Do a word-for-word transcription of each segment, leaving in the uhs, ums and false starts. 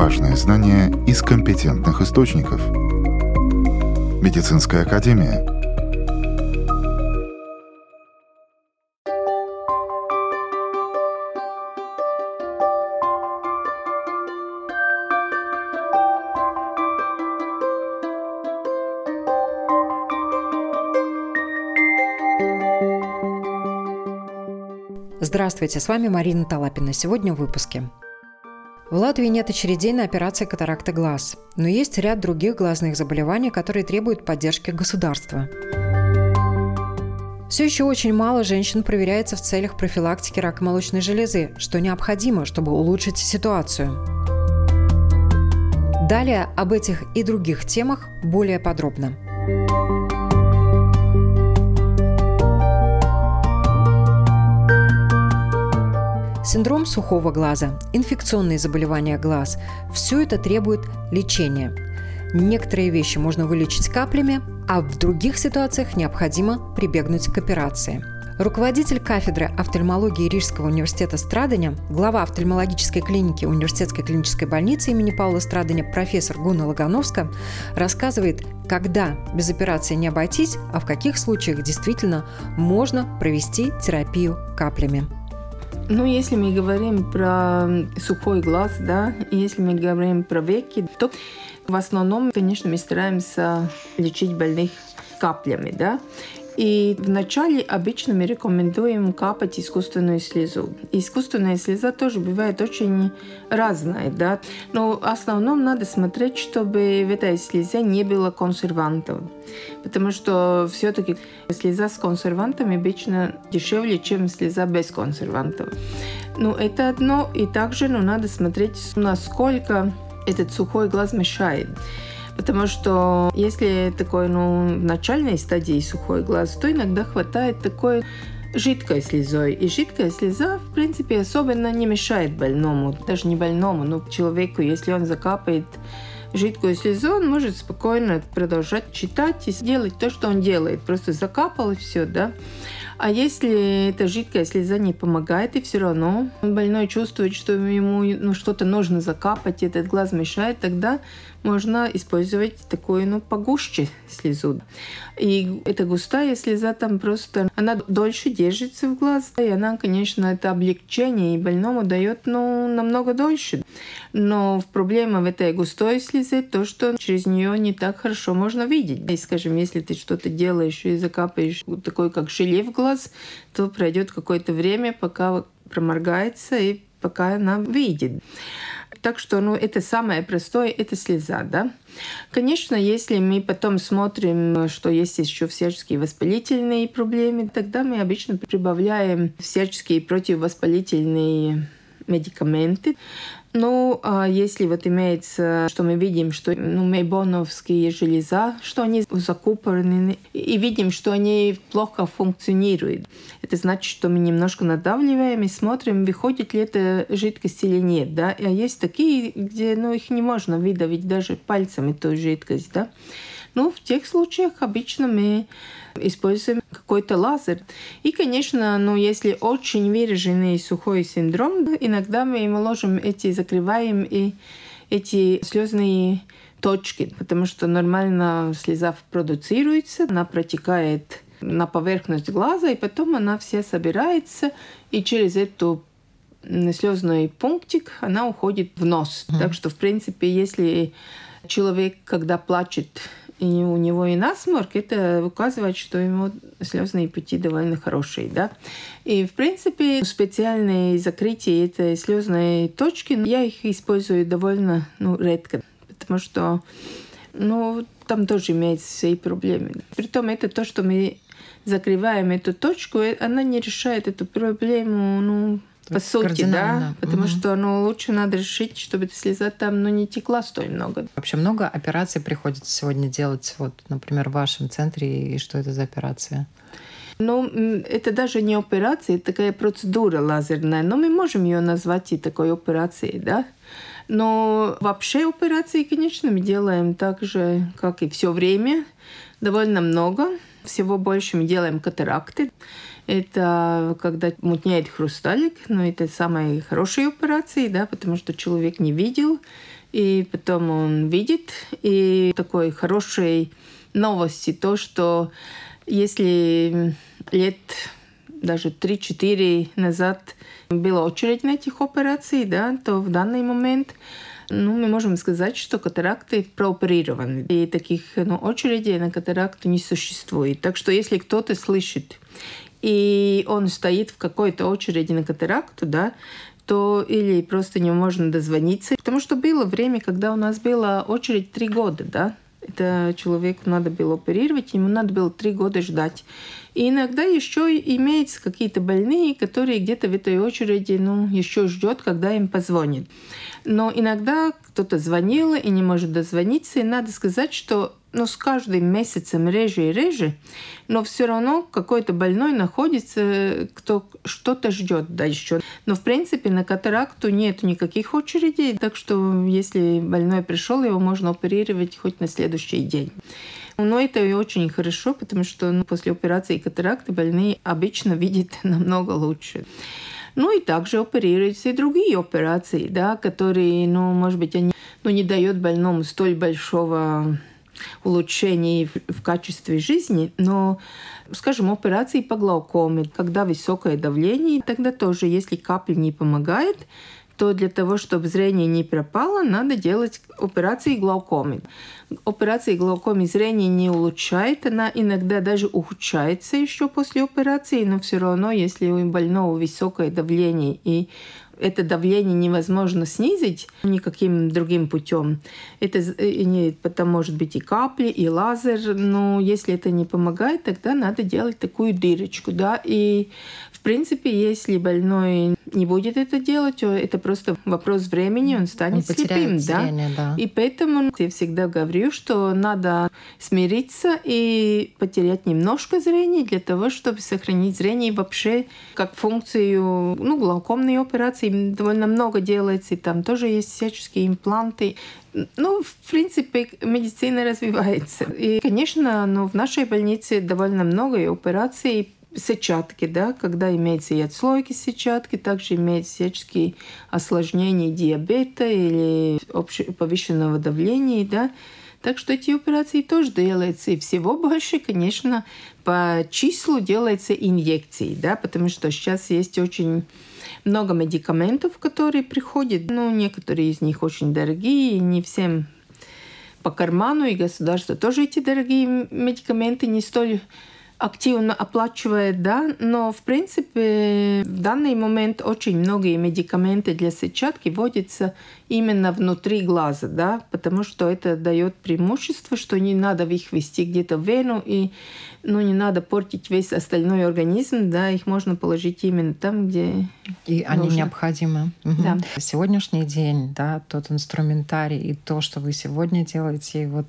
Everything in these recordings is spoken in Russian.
Важные знания из компетентных источников. Медицинская академия. Здравствуйте, с вами Марина Талапина. Сегодня в выпуске. В Латвии нет очередей на операции катаракты глаз, но есть ряд других глазных заболеваний, которые требуют поддержки государства. Все еще очень мало женщин проверяется в целях профилактики рака молочной железы, что необходимо, чтобы улучшить ситуацию. Далее об этих и других темах более подробно. Синдром сухого глаза, инфекционные заболевания глаз – все это требует лечения. Некоторые вещи можно вылечить каплями, а в других ситуациях необходимо прибегнуть к операции. Руководитель кафедры офтальмологии Рижского университета Страдания, глава офтальмологической клиники Университетской клинической больницы имени Паула Страдания профессор Гуна Лагановска рассказывает, когда без операции не обойтись, а в каких случаях действительно можно провести терапию каплями. Ну, если мы говорим про сухой глаз, да, и если мы говорим про веки, то в основном, конечно, мы стараемся лечить больных каплями, да. И вначале обычно мы рекомендуем капать искусственную слезу. Искусственная слеза тоже бывает очень разная, да. Но в основном надо смотреть, чтобы в этой слезе не было консервантов. Потому что все-таки слеза с консервантами обычно дешевле, чем слеза без консервантов. Ну, это одно. И также ну, надо смотреть, насколько этот сухой глаз мешает. Потому что если такой, ну, в начальной стадии сухой глаз, то иногда хватает такой жидкой слезой. И жидкая слеза, в принципе, особенно не мешает больному. Даже не больному, но человеку, если он закапает жидкую слезу, он может спокойно продолжать читать и делать то, что он делает. Просто закапал и все, да. А если эта жидкая слеза не помогает, и все равно больной чувствует, что ему ну, что-то нужно закапать, этот глаз мешает, тогда можно использовать такую, ну, погуще слезу. И эта густая слеза там просто, она дольше держится в глаз, и она, конечно, это облегчение и больному дает, ну, намного дольше. Но проблема в этой густой слезе то, что через нее не так хорошо можно видеть. И, скажем, если ты что-то делаешь и закапаешь такой, как желе в глаз, то пройдет какое-то время, пока проморгается и пока она выйдет. Так что ну, это самое простое, это слеза, да. Конечно, если мы потом смотрим, что есть еще всяческие воспалительные проблемы, тогда мы обычно прибавляем всяческие противовоспалительные медикаменты. Ну, а если вот имеется, что мы видим, что ну, мейбоновские железа, что они закупорены, и видим, что они плохо функционируют. Это значит, что мы немножко надавливаем и смотрим, выходит ли эта жидкость или нет. Да? А есть такие, где ну, их не можно выдавить даже пальцем, эту жидкость. Да? Ну, в тех случаях обычно мы используем какой-то лазер. И, конечно, ну, если очень выраженный сухой синдром, иногда мы ложим эти, закрываем и эти слезные точки, потому что нормально слеза продуцируется, она протекает на поверхность глаза, и потом она вся собирается, и через эту слезный пунктик она уходит в нос. Mm. Так что, в принципе, если человек, когда плачет, и у него и насморк, это указывает, что ему слезные пути довольно хорошие. Да? И, в принципе, специальные закрытия этой слезной точки, я их использую довольно ну, редко, потому что ну, там тоже имеются свои проблемы. Притом это то, что мы закрываем эту точку, она не решает эту проблему, ну, по сути, да, потому угу. что ну, лучше надо решить, чтобы эта слеза там ну, не текла столь много. Вообще много операций приходится сегодня делать, вот, например, в вашем центре, и что это за операция? Ну, это даже не операция, это такая процедура лазерная, но мы можем ее назвать и такой операцией, да. Но вообще операции, конечно, мы делаем так же, как и все время, довольно много. всего больше мы делаем катаракты. Это когда мутнеет хрусталик, но это самые хорошие операции, да, потому что человек не видел, и потом он видит. И такой хорошей новости то, что если лет даже три-четыре назад была очередь на этих операций, да, то в данный момент ну, мы можем сказать, что катаракты прооперированы. И таких ну, очередей на катаракту не существует. Так что если кто-то слышит, и он стоит в какой-то очереди на катаракту, да, то или просто не можно дозвониться. Потому что было время, когда у нас была очередь три года, да. Это человеку надо было оперировать, ему надо было три года ждать. И иногда еще имеются какие-то больные, которые где-то в этой очереди ну, еще ждет, когда им позвонят. Но иногда кто-то звонил и не может дозвониться. И надо сказать, что ну, с каждым месяцем реже и реже, но все равно какой-то больной находится, кто что-то ждет дальше. Но в принципе на катаракту нет никаких очередей, так что если больной пришел, его можно оперировать хоть на следующий день. Но это и очень хорошо, потому что ну, после операции катаракты больные обычно видят намного лучше. Ну и также оперируются и другие операции, да, которые, ну, может быть, они ну, не дают больному столь большого улучшения в, в качестве жизни, но, скажем, операции по глаукоме, когда высокое давление, тогда тоже, если капли не помогают, то для того, чтобы зрение не пропало, надо делать операции глаукомы. Операции глаукомы зрение не улучшает, она иногда даже ухудшается еще после операции, но все равно, если у больного высокое давление и это давление невозможно снизить никаким другим путем. Это, это может быть и капли, и лазер, но если это не помогает, тогда надо делать такую дырочку, да, и в принципе, если больной не будет это делать, то это просто вопрос времени, он станет он слепым, зрение, да? Да. И поэтому я всегда говорю, что надо смириться и потерять немножко зрения для того, чтобы сохранить зрение вообще как функцию, ну, глаукомной операции довольно много делается, и там тоже есть всяческие импланты. Ну, в принципе, медицина развивается. И, конечно, ну, в нашей больнице довольно много операций, сетчатки, да, когда имеется и отслойки сетчатки, также имеются всяческие осложнения диабета или повышенного давления, да. Так что эти операции тоже делаются. И всего больше, конечно, по числу делается инъекции, да, потому что сейчас есть очень много медикаментов, которые приходят. Ну, некоторые из них очень дорогие, и не всем по карману, и государство тоже эти дорогие медикаменты не столь активно оплачивает, да, но в принципе в данный момент очень многие медикаменты для сетчатки вводятся именно внутри глаза, да, потому что это дает преимущество, что не надо их ввести где-то в вену и ну, не надо портить весь остальной организм, да, их можно положить именно там, где и нужно. Они необходимы. Угу. Да. Сегодняшний день, да, тот инструментарий и то, что вы сегодня делаете, вот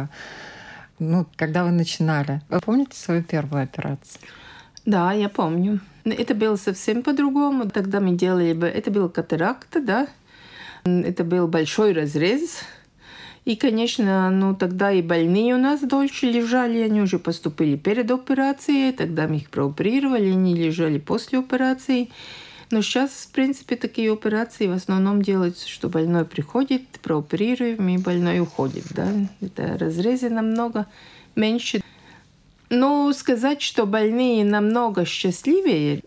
ну, когда вы начинали. Вы помните свою первую операцию? Да, я помню. Это было совсем по-другому. Тогда мы делали... Это был катаракта, да. Это был большой разрез. И, конечно, ну, тогда и больные у нас дольше лежали. Они уже поступили перед операцией. Тогда мы их прооперировали. Они лежали после операции. Но сейчас, в принципе, такие операции в основном делаются, что больной приходит, прооперируем, и больной уходит. Да? Это разрезы намного меньше. Но сказать, что больные намного счастливее,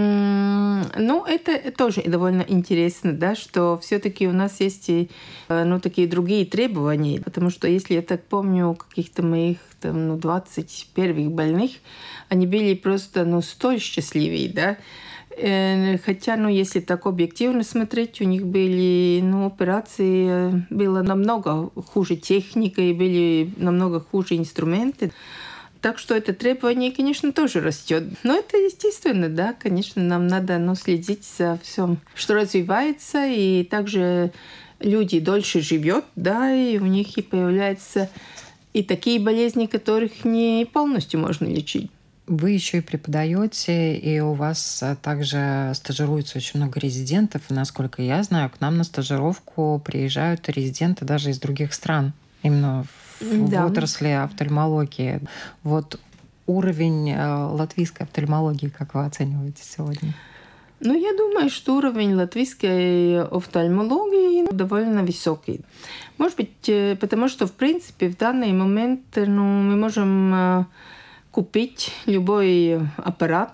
ну, это тоже довольно интересно, да, что все-таки у нас есть и, ну, такие другие требования. Потому что, если я так помню, каких-то моих там, ну, двадцать первых больных, они были просто ну, столь счастливее, да. Хотя, ну, если так объективно смотреть, у них были, ну, операции, было намного хуже техника и были намного хуже инструменты. Так что это требование, конечно, тоже растет. Но это естественно, да, конечно, нам надо ну, следить за всем, что развивается, и также люди дольше живут, да, и у них и появляются и такие болезни, которых не полностью можно лечить. Вы еще и преподаете, и у вас также стажируется очень много резидентов. И, насколько я знаю, к нам на стажировку приезжают резиденты даже из других стран, именно в, да. в отрасли офтальмологии. Вот уровень латвийской офтальмологии, как вы оцениваете сегодня? Ну, я думаю, что уровень латвийской офтальмологии довольно высокий. Может быть, потому что, в принципе, в данный момент ну, мы можем купить любой аппарат.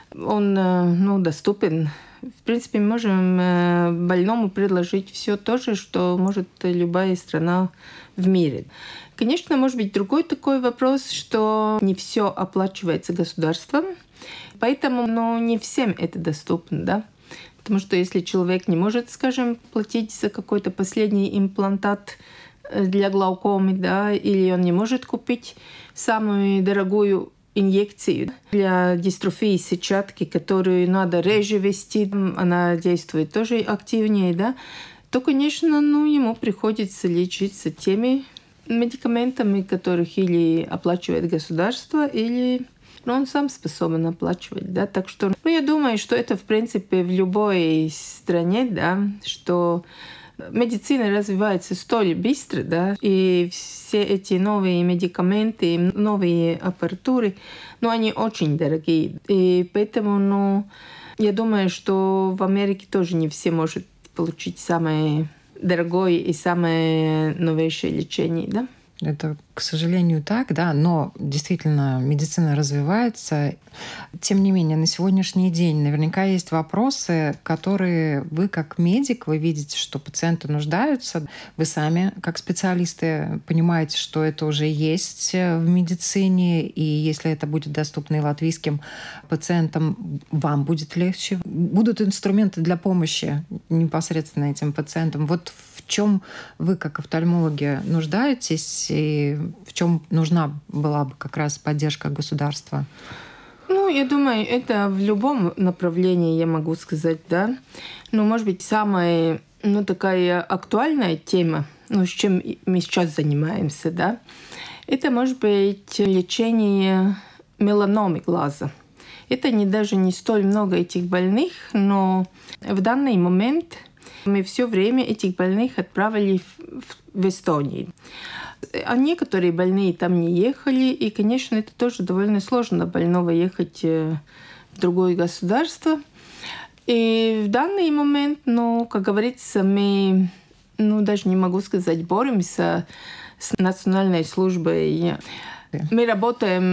Он ну, доступен. В принципе, мы можем больному предложить все то же, что может любая страна в мире. Конечно, может быть другой такой вопрос, что не все оплачивается государством. Поэтому ну, не всем это доступно, да? Потому что если человек не может, скажем, платить за какой-то последний имплантат для глаукомы, да, или он не может купить самую дорогую инъекцию для дистрофии сетчатки, которую надо реже ввести, она действует тоже активнее, да, то, конечно, ну, ему приходится лечиться теми медикаментами, которых или оплачивает государство, или но он сам способен оплачивать, да, так что, ну, я думаю, что это, в принципе, в любой стране, да, что медицина развивается столь быстро, да, и все эти новые медикаменты, новые аппаратуры, ну, они очень дорогие, и поэтому, ну, я думаю, что в Америке тоже не все могут получить самое дорогое и самое новейшее лечение, да. Это, к сожалению, так, да, но действительно медицина развивается. Тем не менее, на сегодняшний день наверняка есть вопросы, которые вы, как медик, вы видите, что пациенты нуждаются. Вы сами, как специалисты, понимаете, что это уже есть в медицине, и если это будет доступно и латвийским пациентам, вам будет легче. Будут инструменты для помощи непосредственно этим пациентам. Вот в чем вы, как офтальмологи, нуждаетесь и в чем нужна была бы как раз поддержка государства? Ну, я думаю, это в любом направлении, я могу сказать, да. Ну, может быть, самая, ну, такая актуальная тема, ну, с чем мы сейчас занимаемся, да, это, может быть, лечение меланомы глаза. Это не, даже не столь много этих больных, но в данный момент мы все время этих больных отправили в, в Эстонию. А некоторые больные там не ехали, и, конечно, это тоже довольно сложно больного ехать в другое государство. И в данный момент, ну, как говорится, мы, ну, даже не могу сказать, боремся с национальной службой. Мы работаем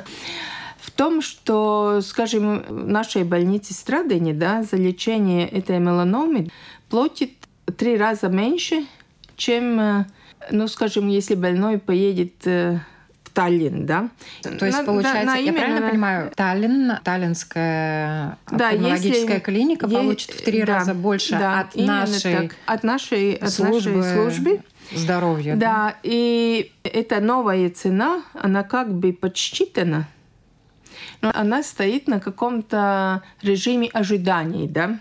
в том, что, скажем, в нашей больнице Страдыни, да, за лечение этой меланомы платит три раза меньше, чем, ну, скажем, если больной поедет в Таллин, да. То есть, на, получается, на, на я правильно на... понимаю, Таллин, таллинская да, офтальмологическая клиника есть, получит в три да, раза больше да, от, нашей от нашей от службы нашей службы здоровья. Да, да, и эта новая цена, она как бы подсчитана, но она стоит на каком-то режиме ожиданий, да.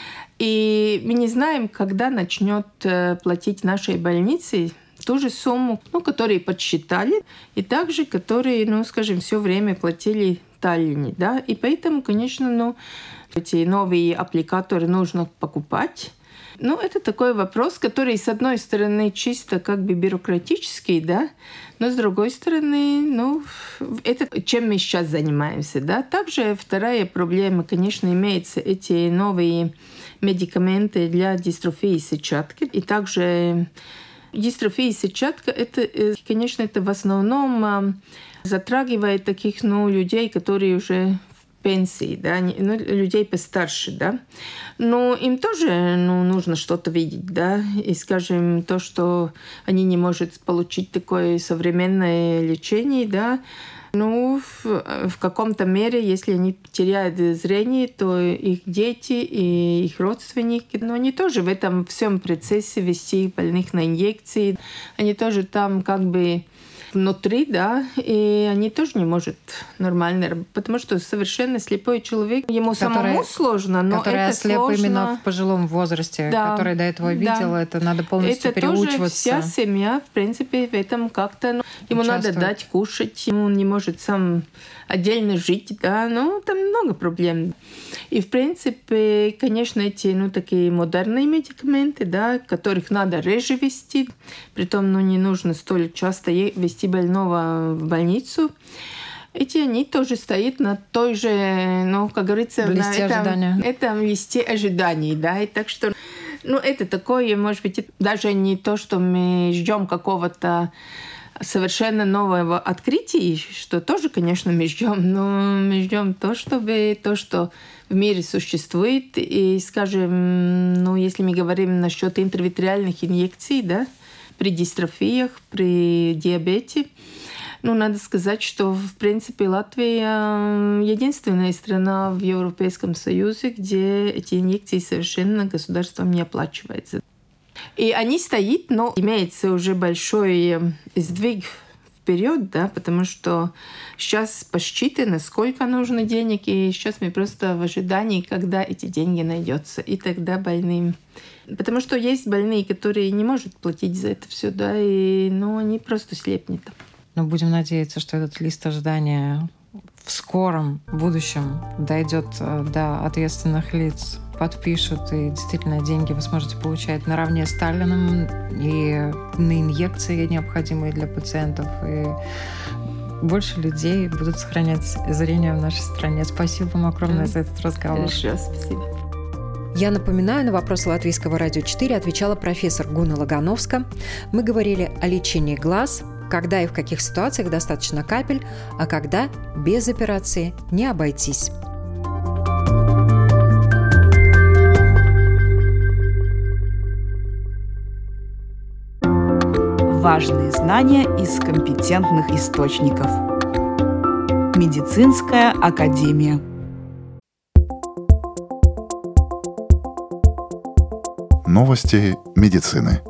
И мы не знаем, когда начнет платить нашей больнице ту же сумму, ну, которые подсчитали, и также, которые, ну, скажем, все время платили Таллине, да. И поэтому, конечно, ну, эти новые аппликаторы нужно покупать. Ну, это такой вопрос, который, с одной стороны, чисто как бы бюрократический, да, но с другой стороны, ну, это чем мы сейчас занимаемся, да. Также вторая проблема, конечно, имеется эти новые медикаменты для дистрофии сетчатки. И также дистрофия сетчатки, это, конечно, это в основном затрагивает таких, ну, людей, которые уже в пенсии, да, ну, людей постарше, да. Но им тоже, ну, нужно что-то видеть, да. И, скажем, то, что они не могут получить такое современное лечение, да, ну, в, в каком-то мере, если они теряют зрение, то их дети и их родственники, но они тоже в этом всем процессе вести больных на инъекции, они тоже там как бы внутри, да, и они тоже не могут нормально работать, потому что совершенно слепой человек, ему который, самому сложно, но который это ослеп сложно. Именно в пожилом возрасте, да, который до этого видел, да. Это надо полностью это переучиваться. Это тоже вся семья, в принципе, в этом как-то, ну, ему надо дать кушать, ему не может сам отдельно жить, да, ну, там много проблем. И, в принципе, конечно, эти, ну, такие модерные медикаменты, да, которых надо реже вести, притом, ну, не нужно столь часто вести больного в больницу. Эти они тоже стоят на той же, ну, как говорится, в на этом, этом листе ожиданий, да, и так что, ну, это такое, может быть, даже не то, что мы ждем какого-то совершенно нового открытия, что тоже, конечно, мы ждем, но мы ждем то, чтобы то, что в мире существует, и, скажем, ну, если мы говорим насчет интравитреальных инъекций, да, при дистрофиях, при диабете, ну, надо сказать, что, в принципе, Латвия единственная страна в Европейском Союзе, где эти инъекции совершенно государством не оплачиваются. И они стоят, но имеется уже большой сдвиг вперед, да, потому что сейчас посчитано, сколько нужно денег, и сейчас мы просто в ожидании, когда эти деньги найдутся, и тогда больным. Потому что есть больные, которые не могут платить за это все, да, и, ну, они просто слепнут. Но будем надеяться, что этот лист ожидания в скором будущем дойдет до ответственных лиц, подпишут, и действительно деньги вы сможете получать наравне с Таллином и на инъекции, необходимые для пациентов, и больше людей будут сохранять зрение в нашей стране. Спасибо вам огромное за этот разговор. Хорошо, спасибо. Я напоминаю, на вопросы Латвийского радио четыре отвечала профессор Гуна Лагановска. Мы говорили о лечении глаз, когда и в каких ситуациях достаточно капель, а когда без операции не обойтись. Важные знания из компетентных источников. Медицинская академия. Новости медицины.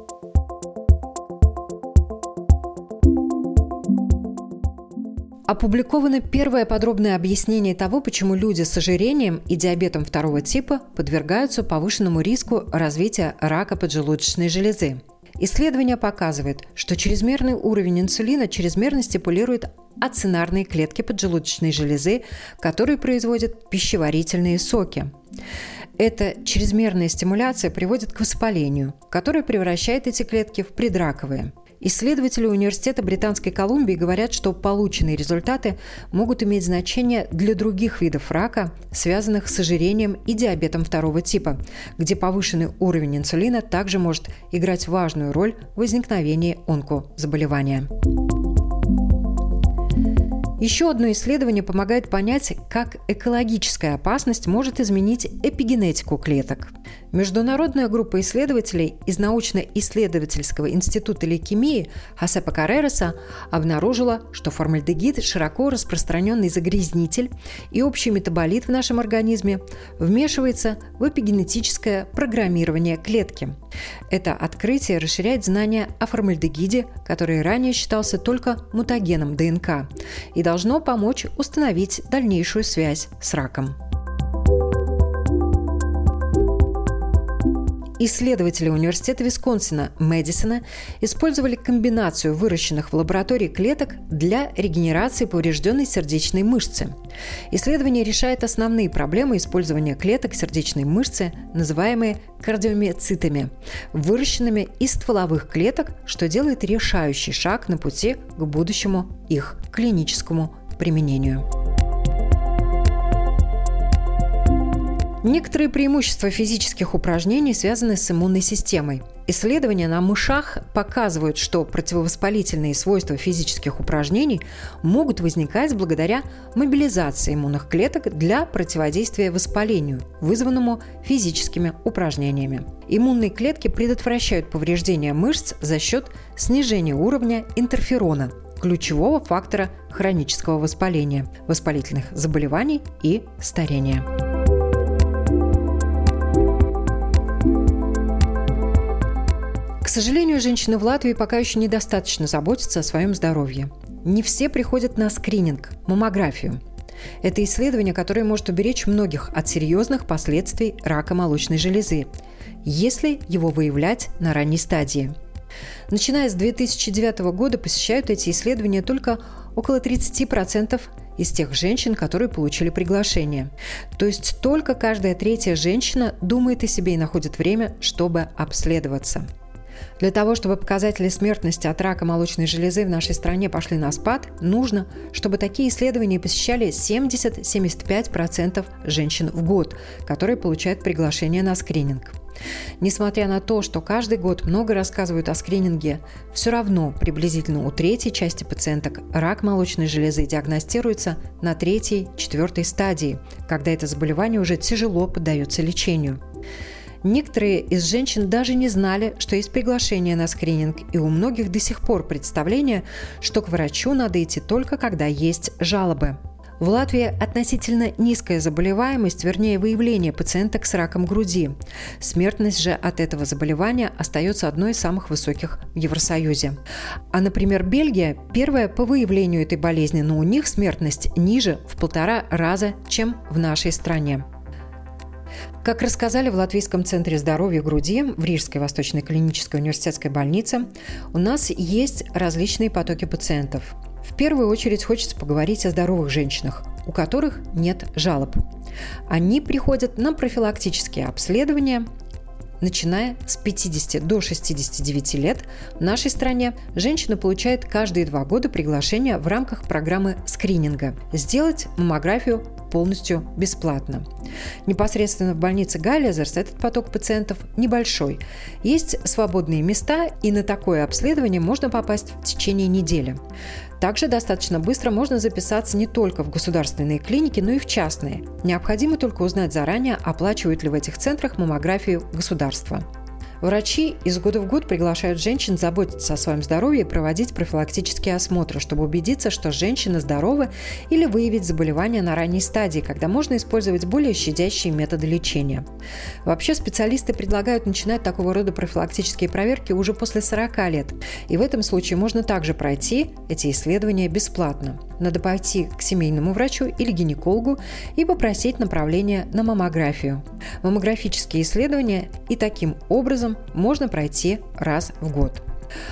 Опубликовано первое подробное объяснение того, почему люди с ожирением и диабетом второго типа подвергаются повышенному риску развития рака поджелудочной железы. Исследование показывает, что чрезмерный уровень инсулина чрезмерно стимулирует ацинарные клетки поджелудочной железы, которые производят пищеварительные соки. Эта чрезмерная стимуляция приводит к воспалению, которое превращает эти клетки в предраковые. Исследователи Университета Британской Колумбии говорят, что полученные результаты могут иметь значение для других видов рака, связанных с ожирением и диабетом второго типа, где повышенный уровень инсулина также может играть важную роль в возникновении онкозаболевания. Еще одно исследование помогает понять, как экологическая опасность может изменить эпигенетику клеток. Международная группа исследователей из научно-исследовательского института лейкемии Хосепа Карререса обнаружила, что формальдегид – широко распространенный загрязнитель и общий метаболит в нашем организме вмешивается в эпигенетическое программирование клетки. Это открытие расширяет знания о формальдегиде, который ранее считался только мутагеном ДНК, и должно помочь установить дальнейшую связь с раком. Исследователи Университета Висконсина Мэдисона использовали комбинацию выращенных в лаборатории клеток для регенерации поврежденной сердечной мышцы. Исследование решает основные проблемы использования клеток сердечной мышцы, называемые кардиомиоцитами, выращенными из стволовых клеток, что делает решающий шаг на пути к будущему их клиническому применению. Некоторые преимущества физических упражнений связаны с иммунной системой. Исследования на мышах показывают, что противовоспалительные свойства физических упражнений могут возникать благодаря мобилизации иммунных клеток для противодействия воспалению, вызванному физическими упражнениями. Иммунные клетки предотвращают повреждения мышц за счет снижения уровня интерферона, ключевого фактора хронического воспаления, воспалительных заболеваний и старения. К сожалению, женщины в Латвии пока еще недостаточно заботятся о своем здоровье. Не все приходят на скрининг, маммографию. Это исследование, которое может уберечь многих от серьезных последствий рака молочной железы, если его выявлять на ранней стадии. Начиная с две тысячи девятого года посещают эти исследования только около тридцать процентов из тех женщин, которые получили приглашение. То есть только каждая третья женщина думает о себе и находит время, чтобы обследоваться. Для того, чтобы показатели смертности от рака молочной железы в нашей стране пошли на спад, нужно, чтобы такие исследования посещали семьдесят - семьдесят пять процентов женщин в год, которые получают приглашение на скрининг. Несмотря на то, что каждый год много рассказывают о скрининге, все равно приблизительно у третьей части пациенток рак молочной железы диагностируется на третьей-четвертой стадии, когда это заболевание уже тяжело поддается лечению. Некоторые из женщин даже не знали, что есть приглашение на скрининг, и у многих до сих пор представление, что к врачу надо идти только когда есть жалобы. В Латвии относительно низкая заболеваемость, вернее выявление пациенток с раком груди. Смертность же от этого заболевания остается одной из самых высоких в Евросоюзе. А, например, Бельгия первая по выявлению этой болезни, но у них смертность ниже в полтора раза, чем в нашей стране. Как рассказали в Латвийском центре здоровья груди в Рижской Восточной клинической университетской больнице, у нас есть различные потоки пациентов. В первую очередь хочется поговорить о здоровых женщинах, у которых нет жалоб. Они приходят на профилактические обследования, начиная с пятидесяти до шестидесяти девяти лет. В нашей стране женщина получает каждые два года приглашение в рамках программы скрининга сделать маммографию полностью бесплатно. Непосредственно в больнице Гайлезерс этот поток пациентов небольшой. Есть свободные места, и на такое обследование можно попасть в течение недели. Также достаточно быстро можно записаться не только в государственные клиники, но и в частные. Необходимо только узнать заранее, оплачивают ли в этих центрах маммографию государство. Врачи из года в год приглашают женщин заботиться о своем здоровье и проводить профилактические осмотры, чтобы убедиться, что женщина здорова, или выявить заболевание на ранней стадии, когда можно использовать более щадящие методы лечения. Вообще специалисты предлагают начинать такого рода профилактические проверки уже после сорока лет. И в этом случае можно также пройти эти исследования бесплатно. Надо пойти к семейному врачу или гинекологу и попросить направление на маммографию. Маммографические исследования и таким образом можно пройти раз в год.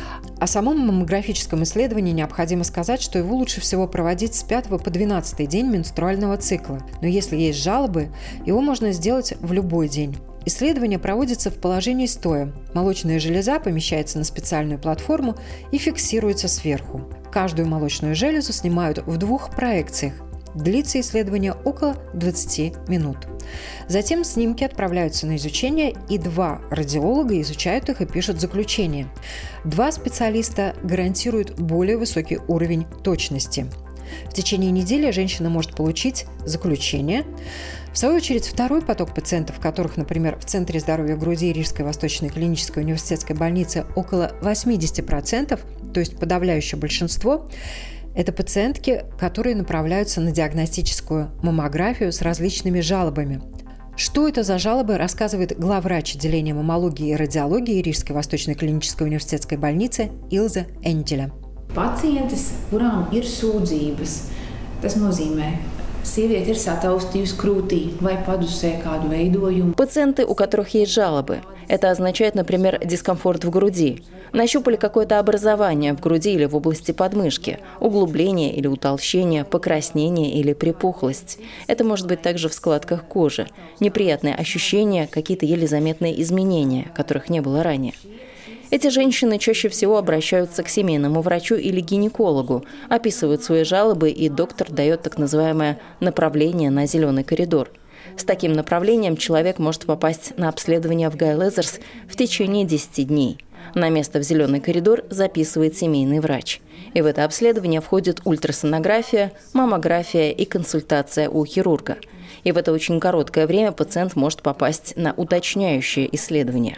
О самом маммографическом исследовании необходимо сказать, что его лучше всего проводить с пятого по двенадцатый день менструального цикла. Но если есть жалобы, его можно сделать в любой день. Исследование проводится в положении стоя. Молочная железа помещается на специальную платформу и фиксируется сверху. Каждую молочную железу снимают в двух проекциях. Длится исследование около двадцати минут. Затем снимки отправляются на изучение, и два радиолога изучают их и пишут заключение. Два специалиста гарантируют более высокий уровень точности. В течение недели женщина может получить заключение. В свою очередь, второй поток пациентов, которых, например, в Центре здоровья груди Рижской Восточной клинической университетской больницы около восемьдесят процентов, то есть подавляющее большинство, это пациентки, которые направляются на диагностическую маммографию с различными жалобами. Что это за жалобы, рассказывает главврач отделения маммологии и радиологии Рижской Восточной клинической университетской больницы Илза Энтеля. Pacientes, kurām ir sūdzības, tas nozīmē, sieviete ir sataustījusi krūtī vai padusē kādu veidojumu. Пациенты, у которых есть жалобы. Это означает, например, дискомфорт в груди. Нащупали какое-то образование в груди или в области подмышки, углубление или утолщение, покраснение или припухлость. Это может быть также в складках кожи, неприятные ощущения, какие-то еле заметные изменения, которых не было ранее. Эти женщины чаще всего обращаются к семейному врачу или гинекологу, описывают свои жалобы, и доктор дает так называемое направление на зеленый коридор. С таким направлением человек может попасть на обследование в Гайлезерс в течение десяти дней. На место в зеленый коридор записывает семейный врач. И в это обследование входит ультрасонография, маммография и консультация у хирурга. И в это очень короткое время пациент может попасть на уточняющее исследование.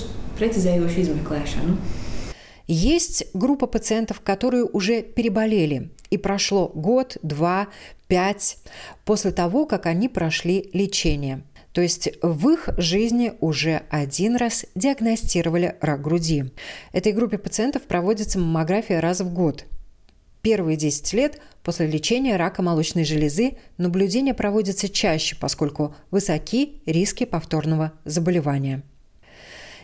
Есть группа пациентов, которые уже переболели, и прошло год, два, пять после того, как они прошли лечение. То есть в их жизни уже один раз диагностировали рак груди. Этой группе пациентов проводится маммография раз в год. Первые десять лет после лечения рака молочной железы наблюдение проводится чаще, поскольку высоки риски повторного заболевания.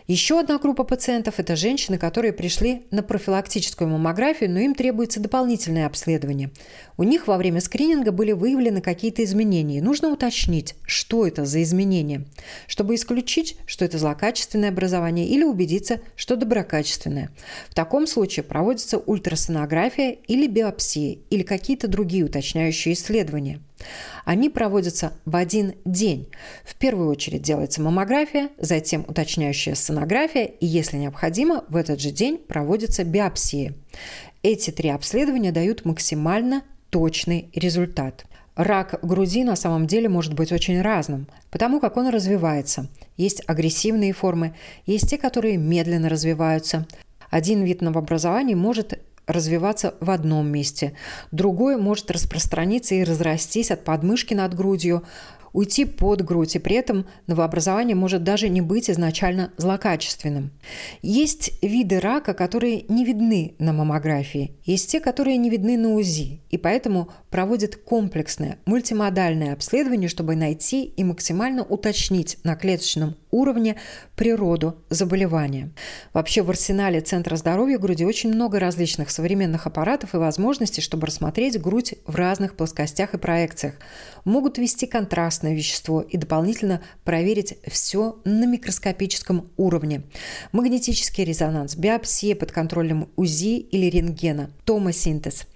Еще одна группа пациентов – это женщины, которые пришли на профилактическую маммографию, но им требуется дополнительное обследование. У них во время скрининга были выявлены какие-то изменения. Нужно уточнить, что это за изменения, чтобы исключить, что это злокачественное образование, или убедиться, что доброкачественное. В таком случае проводится ультрасонография или биопсия, или какие-то другие уточняющие исследования. Они проводятся в один день. В первую очередь делается маммография, затем уточняющая сонография и, если необходимо, в этот же день проводится биопсия. Эти три обследования дают максимально точный результат. Рак груди на самом деле может быть очень разным, потому как он развивается. Есть агрессивные формы, есть те, которые медленно развиваются. Один вид новообразований может развиваться в одном месте, другой может распространиться и разрастись от подмышки над грудью, уйти под грудь, и при этом новообразование может даже не быть изначально злокачественным. Есть виды рака, которые не видны на маммографии, есть те, которые не видны на УЗИ, и поэтому проводят комплексное мультимодальное обследование, чтобы найти и максимально уточнить на клеточном уровне природу заболевания. Вообще в арсенале Центра здоровья груди очень много различных современных аппаратов и возможностей, чтобы рассмотреть грудь в разных плоскостях и проекциях. Могут ввести контрастное вещество и дополнительно проверить все на микроскопическом уровне. Магнетический резонанс, биопсия под контролем УЗИ или рентгена, томосинтез.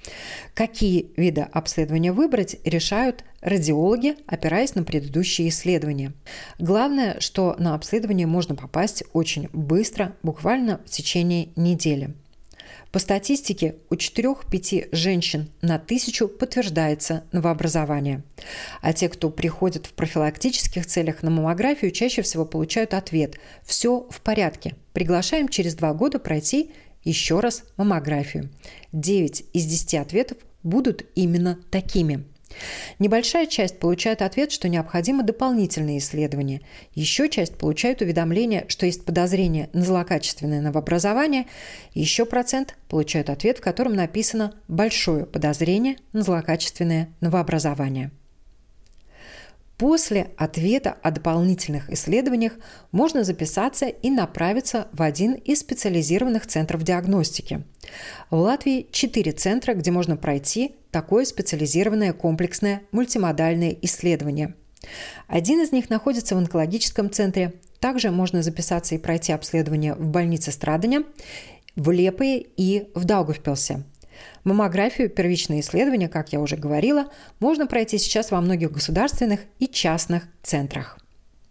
Какие виды обследования выбрать, решают радиологи, опираясь на предыдущие исследования. Главное, что на обследование можно попасть очень быстро, буквально в течение недели. По статистике, у четырех-пяти женщин на тысячу подтверждается новообразование. А те, кто приходит в профилактических целях на маммографию, чаще всего получают ответ «все в порядке, приглашаем через два года пройти еще раз маммографию». девять из десяти ответов будут именно такими. Небольшая часть получает ответ, что необходимо дополнительные исследования. Еще часть получает уведомление, что есть подозрение на злокачественное новообразование. Еще процент получают ответ, в котором написано «большое подозрение на злокачественное новообразование». После ответа о дополнительных исследованиях можно записаться и направиться в один из специализированных центров диагностики. В Латвии четыре центра, где можно пройти такое специализированное комплексное мультимодальное исследование. Один из них находится в онкологическом центре. Также можно записаться и пройти обследование в больнице Страдания, в Лепое и в Даугавпилсе. Маммографию, первичные исследования, как я уже говорила, можно пройти сейчас во многих государственных и частных центрах.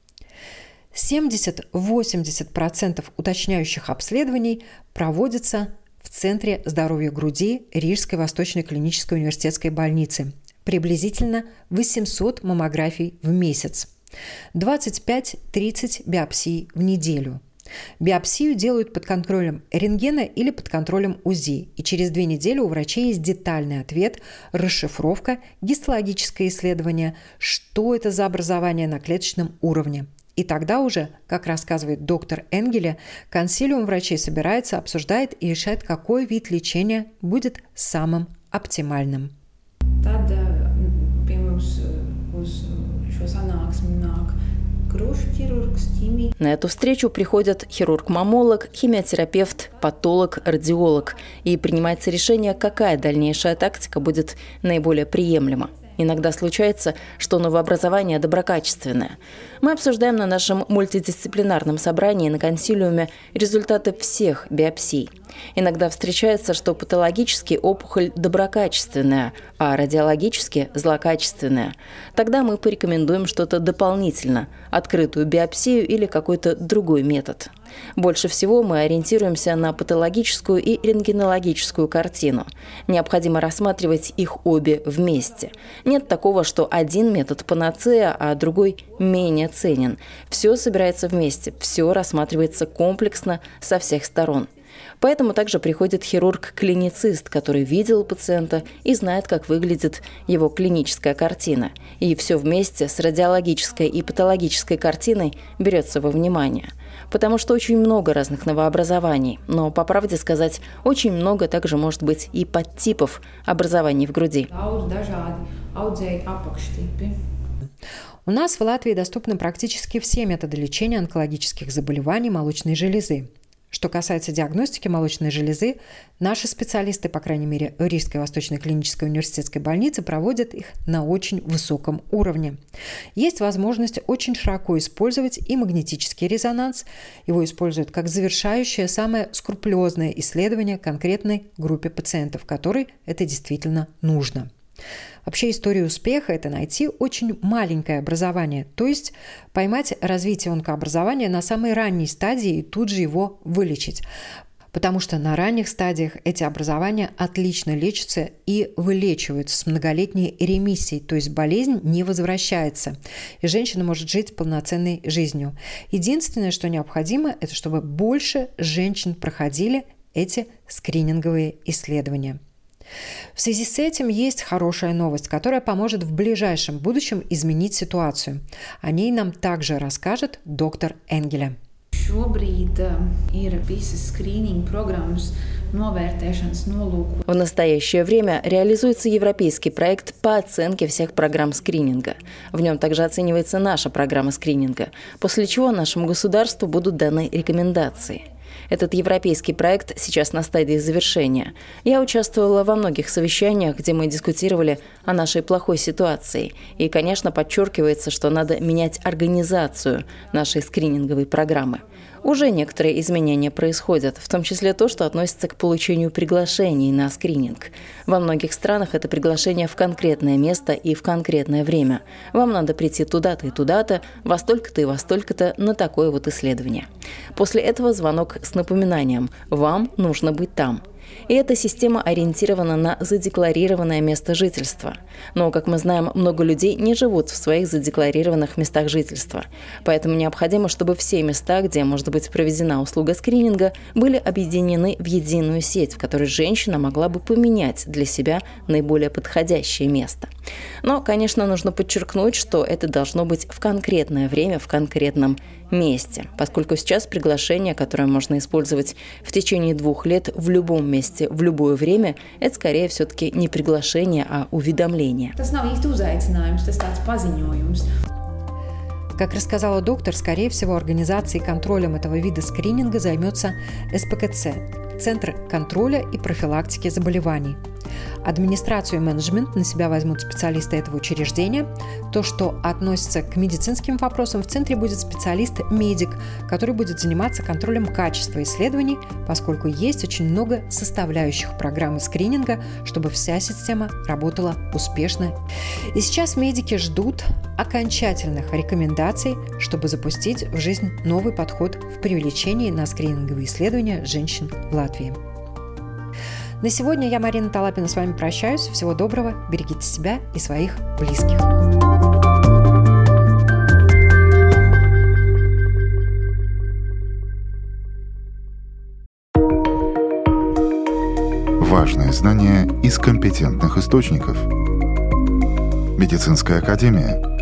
семьдесят-восемьдесят процентов уточняющих обследований проводятся в Центре здоровья груди Рижской Восточной клинической университетской больницы. Приблизительно восемьсот маммографий в месяц. двадцать пять-тридцать биопсий в неделю. Биопсию делают под контролем рентгена или под контролем УЗИ, и через две недели у врачей есть детальный ответ, расшифровка, гистологическое исследование, что это за образование на клеточном уровне. И тогда уже, как рассказывает доктор Энгеле, консилиум врачей собирается, обсуждает и решает, какой вид лечения будет самым оптимальным. На эту встречу приходят хирург-маммолог, химиотерапевт, патолог, радиолог, и принимается решение, какая дальнейшая тактика будет наиболее приемлема. Иногда случается, что новообразование доброкачественное. Мы обсуждаем на нашем мультидисциплинарном собрании на консилиуме результаты всех биопсий. Иногда встречается, что патологически опухоль доброкачественная, а радиологически злокачественная. Тогда мы порекомендуем что-то дополнительно – открытую биопсию или какой-то другой метод. Больше всего мы ориентируемся на патологическую и рентгенологическую картину. Необходимо рассматривать их обе вместе. Нет такого, что один метод панацея, а другой менее ценен. Все собирается вместе, все рассматривается комплексно со всех сторон. Поэтому также приходит хирург-клиницист, который видел пациента и знает, как выглядит его клиническая картина. И все вместе с радиологической и патологической картиной берется во внимание. Потому что очень много разных новообразований, но, по правде сказать, очень много также может быть и подтипов образований в груди. У нас в Латвии доступны практически все методы лечения онкологических заболеваний молочной железы. Что касается диагностики молочной железы, наши специалисты, по крайней мере, в Рижской Восточной клинической университетской больнице, проводят их на очень высоком уровне. Есть возможность очень широко использовать и магнетический резонанс. Его используют как завершающее, самое скрупулезное исследование конкретной группе пациентов, которой это действительно нужно. Вообще история успеха – это найти очень маленькое образование, то есть поймать развитие онкообразования на самой ранней стадии и тут же его вылечить. Потому что на ранних стадиях эти образования отлично лечатся и вылечиваются с многолетней ремиссией, то есть болезнь не возвращается, и женщина может жить полноценной жизнью. Единственное, что необходимо, это чтобы больше женщин проходили эти скрининговые исследования. В связи с этим есть хорошая новость, которая поможет в ближайшем будущем изменить ситуацию. О ней нам также расскажет доктор Энгеля. В настоящее время реализуется европейский проект по оценке всех программ скрининга. В нем также оценивается наша программа скрининга, после чего нашему государству будут даны рекомендации. Этот европейский проект сейчас на стадии завершения. Я участвовала во многих совещаниях, где мы дискутировали о нашей плохой ситуации. И, конечно, подчеркивается, что надо менять организацию нашей скрининговой программы. Уже некоторые изменения происходят, в том числе то, что относится к получению приглашений на скрининг. Во многих странах это приглашение в конкретное место и в конкретное время. Вам надо прийти туда-то и туда-то, во столько-то и во столько-то на такое вот исследование. После этого звонок с напоминанием «Вам нужно быть там». И эта система ориентирована на задекларированное место жительства. Но, как мы знаем, много людей не живут в своих задекларированных местах жительства. Поэтому необходимо, чтобы все места, где может быть проведена услуга скрининга, были объединены в единую сеть, в которой женщина могла бы поменять для себя наиболее подходящее место. Но, конечно, нужно подчеркнуть, что это должно быть в конкретное время, в конкретном месте, поскольку сейчас приглашение, которое можно использовать в течение двух лет в любом месте, в любое время, это скорее все-таки не приглашение, а уведомление. Как рассказала доктор, скорее всего, организацией и контролем этого вида скрининга займется эс пэ ка цэ – Центр контроля и профилактики заболеваний. Администрацию и менеджмент на себя возьмут специалисты этого учреждения. То, что относится к медицинским вопросам, в центре будет специалист-медик, который будет заниматься контролем качества исследований, поскольку есть очень много составляющих программы скрининга, чтобы вся система работала успешно. И сейчас медики ждут окончательных рекомендаций, чтобы запустить в жизнь новый подход в привлечении на скрининговые исследования женщин в Латвии. На сегодня я, Марина Талапина, с вами прощаюсь. Всего доброго, берегите себя и своих близких. Важные знания из компетентных источников. Медицинская академия.